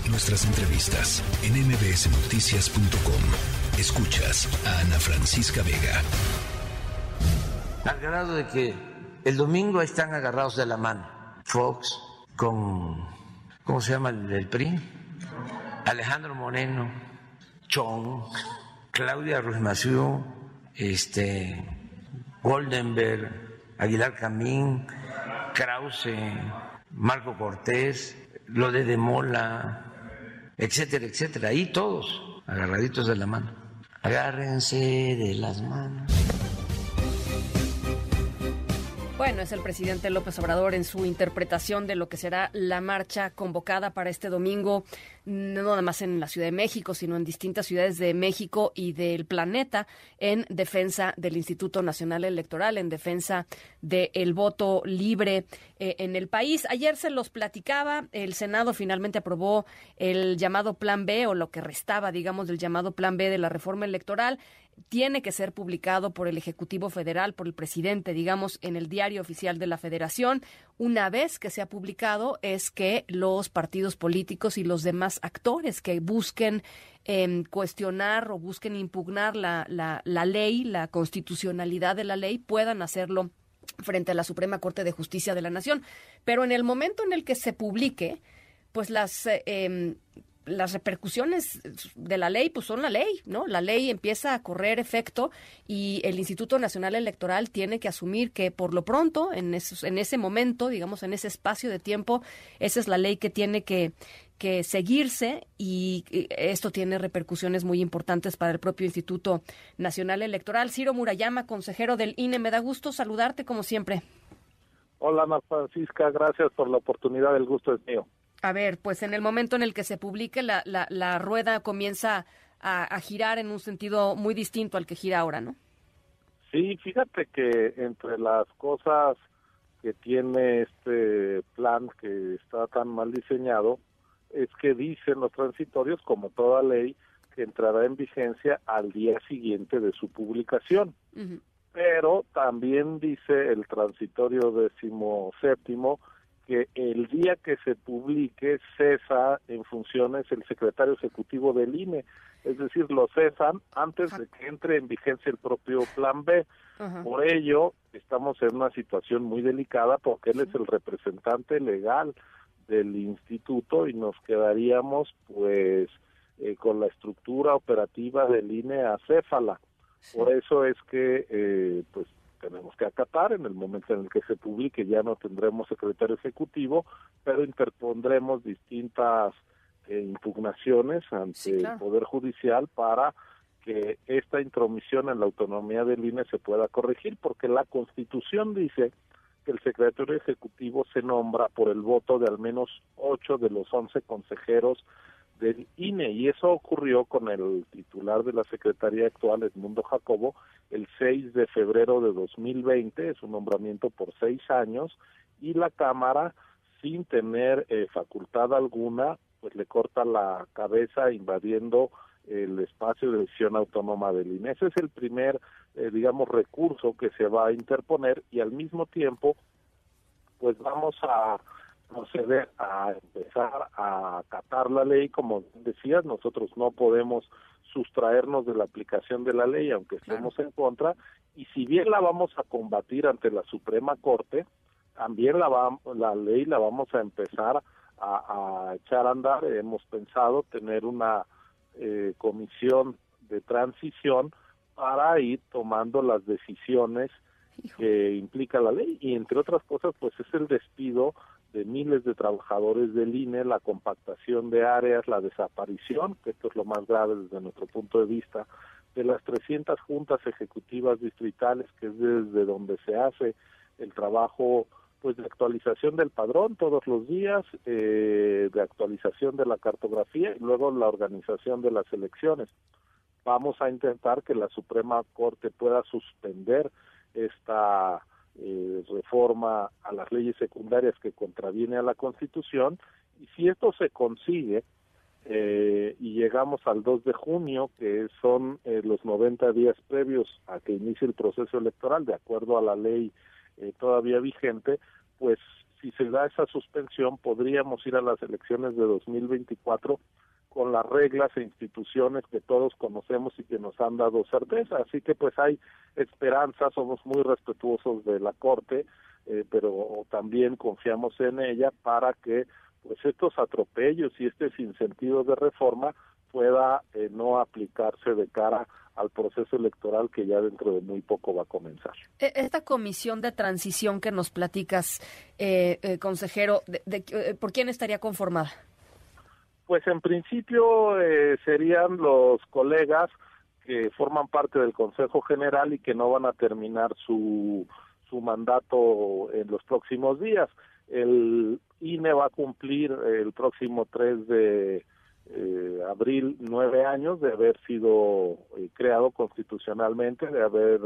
Nuestras entrevistas en mbsnoticias.com. Escuchas a Ana Francisca Vega. Al grado de que el domingo están agarrados de la mano Fox con, ¿cómo se llama el PRI? Alejandro Moreno, Chong, Claudia Ruiz Massieu, Goldenberg, Aguilar Camín, Krause, Marco Cortés, lo de Mola, etcétera, etcétera. Ahí todos agarraditos de la mano. Agárrense de las manos. Bueno, es el presidente López Obrador en su interpretación de lo que será la marcha convocada para este domingo, no nada más en la Ciudad de México, sino en distintas ciudades de México y del planeta, en defensa del Instituto Nacional Electoral, en defensa del voto libre en el país. Ayer se los platicaba, el Senado finalmente aprobó el llamado Plan B, o lo que restaba, digamos, del llamado Plan B de la reforma electoral. Tiene que ser publicado por el Ejecutivo Federal, por el presidente, digamos, en el Diario Oficial de la Federación. Una vez que se ha publicado, es que los partidos políticos y los demás actores que busquen cuestionar o busquen impugnar la ley, la constitucionalidad de la ley, puedan hacerlo frente a la Suprema Corte de Justicia de la Nación. Pero en el momento en el que se publique, pues las repercusiones de la ley, pues son la ley, ¿no? La ley empieza a correr efecto y el Instituto Nacional Electoral tiene que asumir que por lo pronto, en ese momento, digamos, en ese espacio de tiempo, esa es la ley que tiene que seguirse, y esto tiene repercusiones muy importantes para el propio Instituto Nacional Electoral. Ciro Murayama, consejero del INE, me da gusto saludarte como siempre. Hola, Ana Francisca, gracias por la oportunidad, el gusto es mío. A ver, pues en el momento en el que se publique, la rueda comienza a girar en un sentido muy distinto al que gira ahora, ¿no? Sí, fíjate que entre las cosas que tiene este plan que está tan mal diseñado, es que dicen los transitorios, como toda ley, que entrará en vigencia al día siguiente de su publicación. Uh-huh. Pero también dice el transitorio 17º que el día que se publique cesa en funciones el secretario ejecutivo del INE, es decir, lo cesan antes de que entre en vigencia el propio Plan B. Uh-huh. Por ello, estamos en una situación muy delicada porque él es el representante legal del instituto y nos quedaríamos pues con la estructura operativa del INE acéfala. Sí. Por eso es que pues tenemos que acatar. En el momento en el que se publique ya no tendremos secretario ejecutivo, pero interpondremos distintas impugnaciones ante el Poder Judicial para que esta intromisión en la autonomía del INE se pueda corregir, porque la Constitución dice que el secretario ejecutivo se nombra por el voto de al menos 8 de los 11 consejeros del INE, y eso ocurrió con el titular de la Secretaría actual, Edmundo Jacobo, el 6 de febrero de 2020, es un nombramiento por 6 años, y la Cámara, sin tener facultad alguna, pues le corta la cabeza invadiendo el espacio de decisión autónoma del INE. Ese es el primer, recurso que se va a interponer, y al mismo tiempo, pues vamos a proceder a empezar a acatar la ley. Como decías, nosotros no podemos sustraernos de la aplicación de la ley, aunque estemos en contra, y si bien la vamos a combatir ante la Suprema Corte, también la ley la vamos a empezar a echar a andar. Hemos pensado tener una comisión de transición para ir tomando las decisiones que implica la ley, y entre otras cosas, pues es el despido de miles de trabajadores del INE, la compactación de áreas, la desaparición, que esto es lo más grave desde nuestro punto de vista, de las 300 juntas ejecutivas distritales, que es desde donde se hace el trabajo pues de actualización del padrón todos los días, de actualización de la cartografía y luego la organización de las elecciones. Vamos a intentar que la Suprema Corte pueda suspender esta reforma a las leyes secundarias que contraviene a la Constitución, y si esto se consigue y llegamos al 2 de junio, que son los 90 días previos a que inicie el proceso electoral, de acuerdo a la ley todavía vigente, pues si se da esa suspensión, podríamos ir a las elecciones de 2024 con las reglas e instituciones que todos conocemos y que nos han dado certeza. Así que pues hay esperanza, somos muy respetuosos de la Corte, pero también confiamos en ella para que pues estos atropellos y este sinsentido de reforma pueda no aplicarse de cara al proceso electoral que ya dentro de muy poco va a comenzar. Esta comisión de transición que nos platicas, consejero, ¿por quién estaría conformada? Pues en principio serían los colegas que forman parte del Consejo General y que no van a terminar su mandato en los próximos días. El INE va a cumplir el próximo 3 de abril 9 años de haber sido creado constitucionalmente, de haber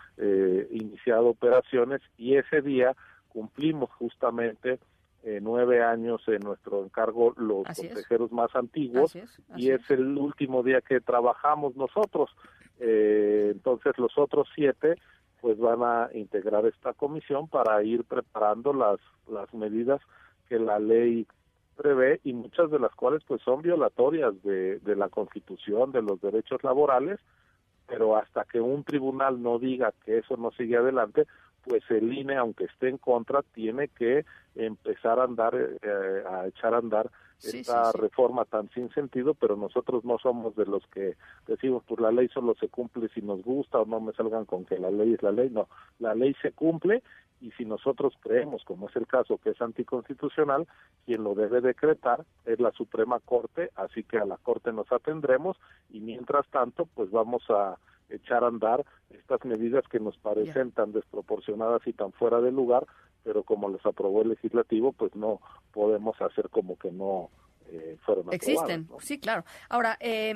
iniciado operaciones, y ese día cumplimos justamente 9 años en nuestro encargo los consejeros más antiguos, y es el último día que trabajamos nosotros. Entonces los otros 7 pues van a integrar esta comisión para ir preparando las medidas que la ley prevé, y muchas de las cuales pues son violatorias de la Constitución, de los derechos laborales, pero hasta que un tribunal no diga que eso no sigue adelante, pues el INE, aunque esté en contra, tiene que empezar a andar, a echar a andar esta reforma tan sin sentido, pero nosotros no somos de los que decimos, pues la ley solo se cumple si nos gusta, o no me salgan con que la ley es la ley. No, la ley se cumple, y si nosotros creemos, como es el caso, que es anticonstitucional, quien lo debe decretar es la Suprema Corte, así que a la Corte nos atendremos, y mientras tanto, pues vamos a echar a andar estas medidas que nos parecen tan desproporcionadas y tan fuera de lugar, pero como las aprobó el legislativo, pues no podemos hacer como que no fueron aprobadas. Existen, ¿no? Sí, claro. Ahora,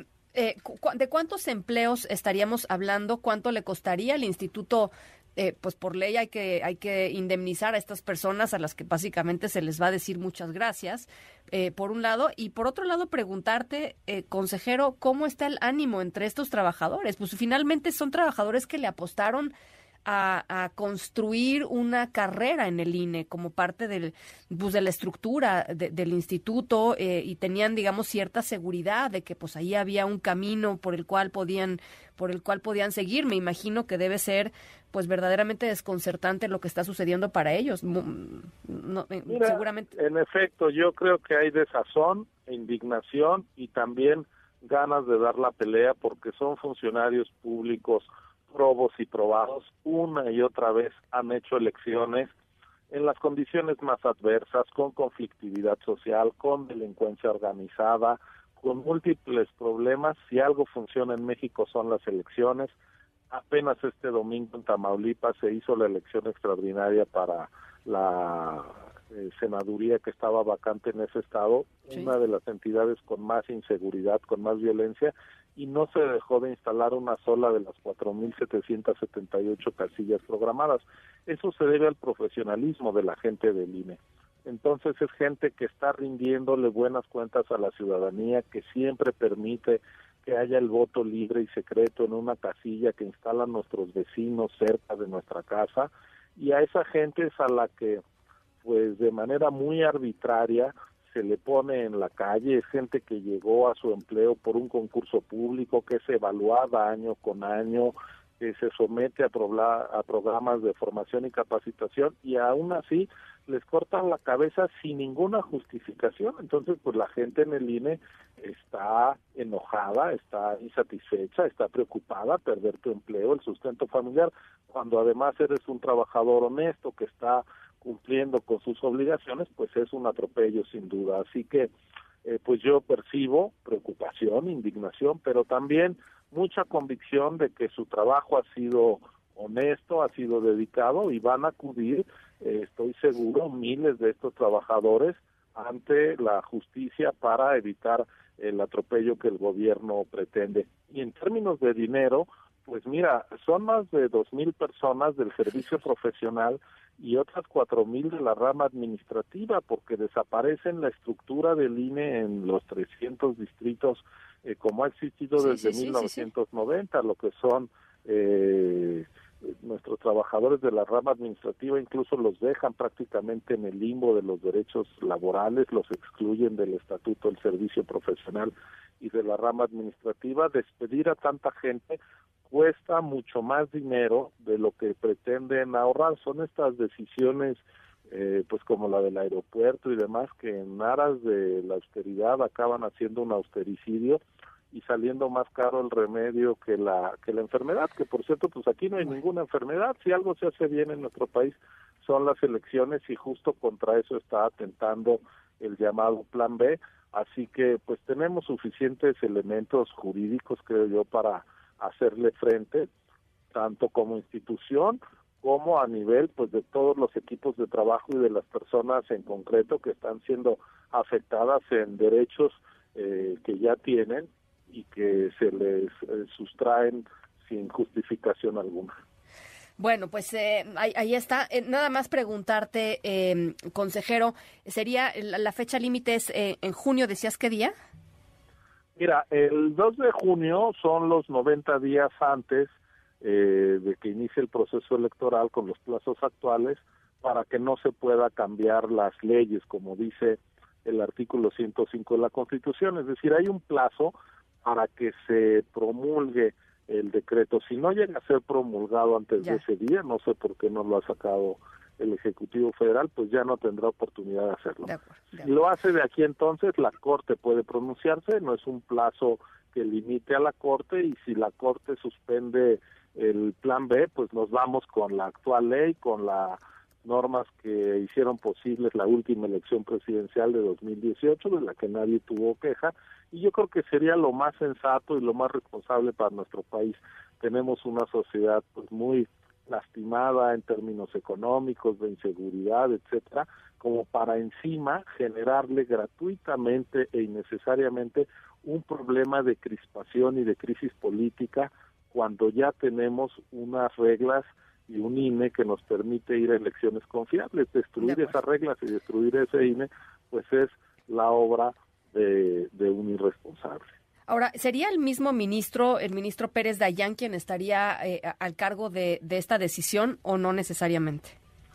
¿de cuántos empleos estaríamos hablando? ¿Cuánto le costaría al instituto? Pues por ley hay que indemnizar a estas personas a las que básicamente se les va a decir muchas gracias, por un lado, y por otro lado preguntarte, consejero, ¿cómo está el ánimo entre estos trabajadores? Pues finalmente son trabajadores que le apostaron a construir una carrera en el INE como parte de la estructura del instituto, y tenían, digamos, cierta seguridad de que pues ahí había un camino por el cual podían seguir. Me imagino que debe ser pues verdaderamente desconcertante lo que está sucediendo para ellos. Mira, seguramente. En efecto, yo creo que hay desazón, indignación y también ganas de dar la pelea, porque son funcionarios públicos probos y probados, una y otra vez han hecho elecciones en las condiciones más adversas, con conflictividad social, con delincuencia organizada, con múltiples problemas. Si algo funciona en México son las elecciones. Apenas este domingo en Tamaulipas se hizo la elección extraordinaria para la senaduría que estaba vacante en ese estado, una de las entidades con más inseguridad, con más violencia, y no se dejó de instalar una sola de las 4.778 casillas programadas. Eso se debe al profesionalismo de la gente del INE. Entonces es gente que está rindiéndole buenas cuentas a la ciudadanía, que siempre permite que haya el voto libre y secreto en una casilla que instalan nuestros vecinos cerca de nuestra casa, y a esa gente es a la que pues de manera muy arbitraria se le pone en la calle. Es gente que llegó a su empleo por un concurso público, que es evaluada año con año, que se somete a programas de formación y capacitación, y aún así les cortan la cabeza sin ninguna justificación. Entonces, pues la gente en el INE está enojada, está insatisfecha, está preocupada, perder tu empleo, el sustento familiar, cuando además eres un trabajador honesto que está cumpliendo con sus obligaciones, pues es un atropello sin duda. Así que pues yo percibo preocupación, indignación, pero también mucha convicción de que su trabajo ha sido honesto, ha sido dedicado, y van a acudir, estoy seguro, miles de estos trabajadores ante la justicia para evitar el atropello que el gobierno pretende. Y en términos de dinero, pues mira, son más de 2,000 personas del servicio profesional y otras 4,000 de la rama administrativa, porque desaparecen la estructura del INE en los 300 distritos, como ha existido desde 1990, lo que son nuestros trabajadores de la rama administrativa incluso los dejan prácticamente en el limbo de los derechos laborales, los excluyen del estatuto del servicio profesional y de la rama administrativa. Despedir a tanta gente cuesta mucho más dinero de lo que pretenden ahorrar. Son estas decisiones pues como la del aeropuerto y demás, que en aras de la austeridad acaban haciendo un austericidio y saliendo más caro el remedio que la enfermedad, que por cierto, pues aquí no hay ninguna enfermedad. Si algo se hace bien en nuestro país son las elecciones, y justo contra eso está atentando el llamado Plan B. Así que pues tenemos suficientes elementos jurídicos, creo yo, para hacerle frente, tanto como institución como a nivel pues de todos los equipos de trabajo y de las personas en concreto que están siendo afectadas en derechos que ya tienen y que se les sustraen sin justificación alguna. Bueno, pues ahí está. Nada más preguntarte, consejero, ¿sería la fecha límite es en junio? ¿Decías qué día? Mira, el 2 de junio son los 90 días antes de que inicie el proceso electoral con los plazos actuales, para que no se pueda cambiar las leyes, como dice el artículo 105 de la Constitución. Es decir, hay un plazo para que se promulgue el decreto. Si no llega a ser promulgado antes de ese día, no sé por qué no lo ha sacado el Ejecutivo Federal, pues ya no tendrá oportunidad de hacerlo. Si lo hace de aquí entonces, la Corte puede pronunciarse, no es un plazo que limite a la Corte, y si la Corte suspende el Plan B, pues nos vamos con la actual ley, con las normas que hicieron posibles la última elección presidencial de 2018, de la que nadie tuvo queja, y yo creo que sería lo más sensato y lo más responsable para nuestro país. Tenemos una sociedad pues muy lastimada en términos económicos, de inseguridad, etcétera, como para encima generarle gratuitamente e innecesariamente un problema de crispación y de crisis política, cuando ya tenemos unas reglas y un INE que nos permite ir a elecciones confiables. Destruir esas reglas y destruir ese INE, pues es la obra de un irresponsable. Ahora, ¿sería el mismo ministro, el ministro Pérez Dayán, quien estaría al cargo de esta decisión, o no necesariamente?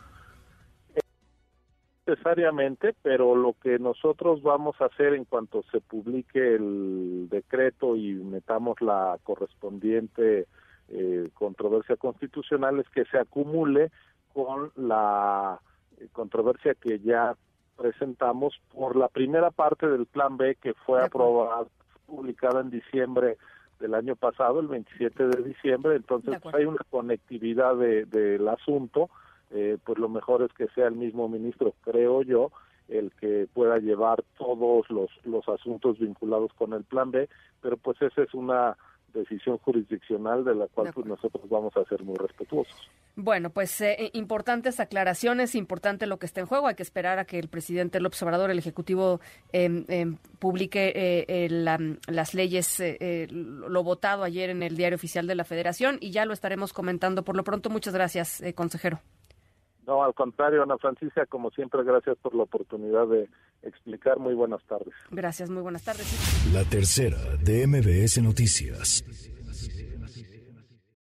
Necesariamente, pero lo que nosotros vamos a hacer en cuanto se publique el decreto y metamos la correspondiente controversia constitucional, es que se acumule con la controversia que ya presentamos por la primera parte del Plan B, que fue aprobada, publicada en diciembre del año pasado, el 27 de diciembre. Entonces pues hay una conectividad del asunto. Pues lo mejor es que sea el mismo ministro, creo yo, el que pueda llevar todos los asuntos vinculados con el Plan B, pero pues esa es una decisión jurisdiccional de la cual pues nosotros vamos a ser muy respetuosos. Bueno, pues importantes aclaraciones, importante lo que está en juego. Hay que esperar a que el presidente López Obrador, el Ejecutivo, publique las leyes, lo votado ayer en el Diario Oficial de la Federación, y ya lo estaremos comentando. Por lo pronto, muchas gracias, consejero. No, al contrario, Ana Francisca, como siempre, gracias por la oportunidad de explicar. Muy buenas tardes. Gracias, muy buenas tardes. La tercera de MBS Noticias.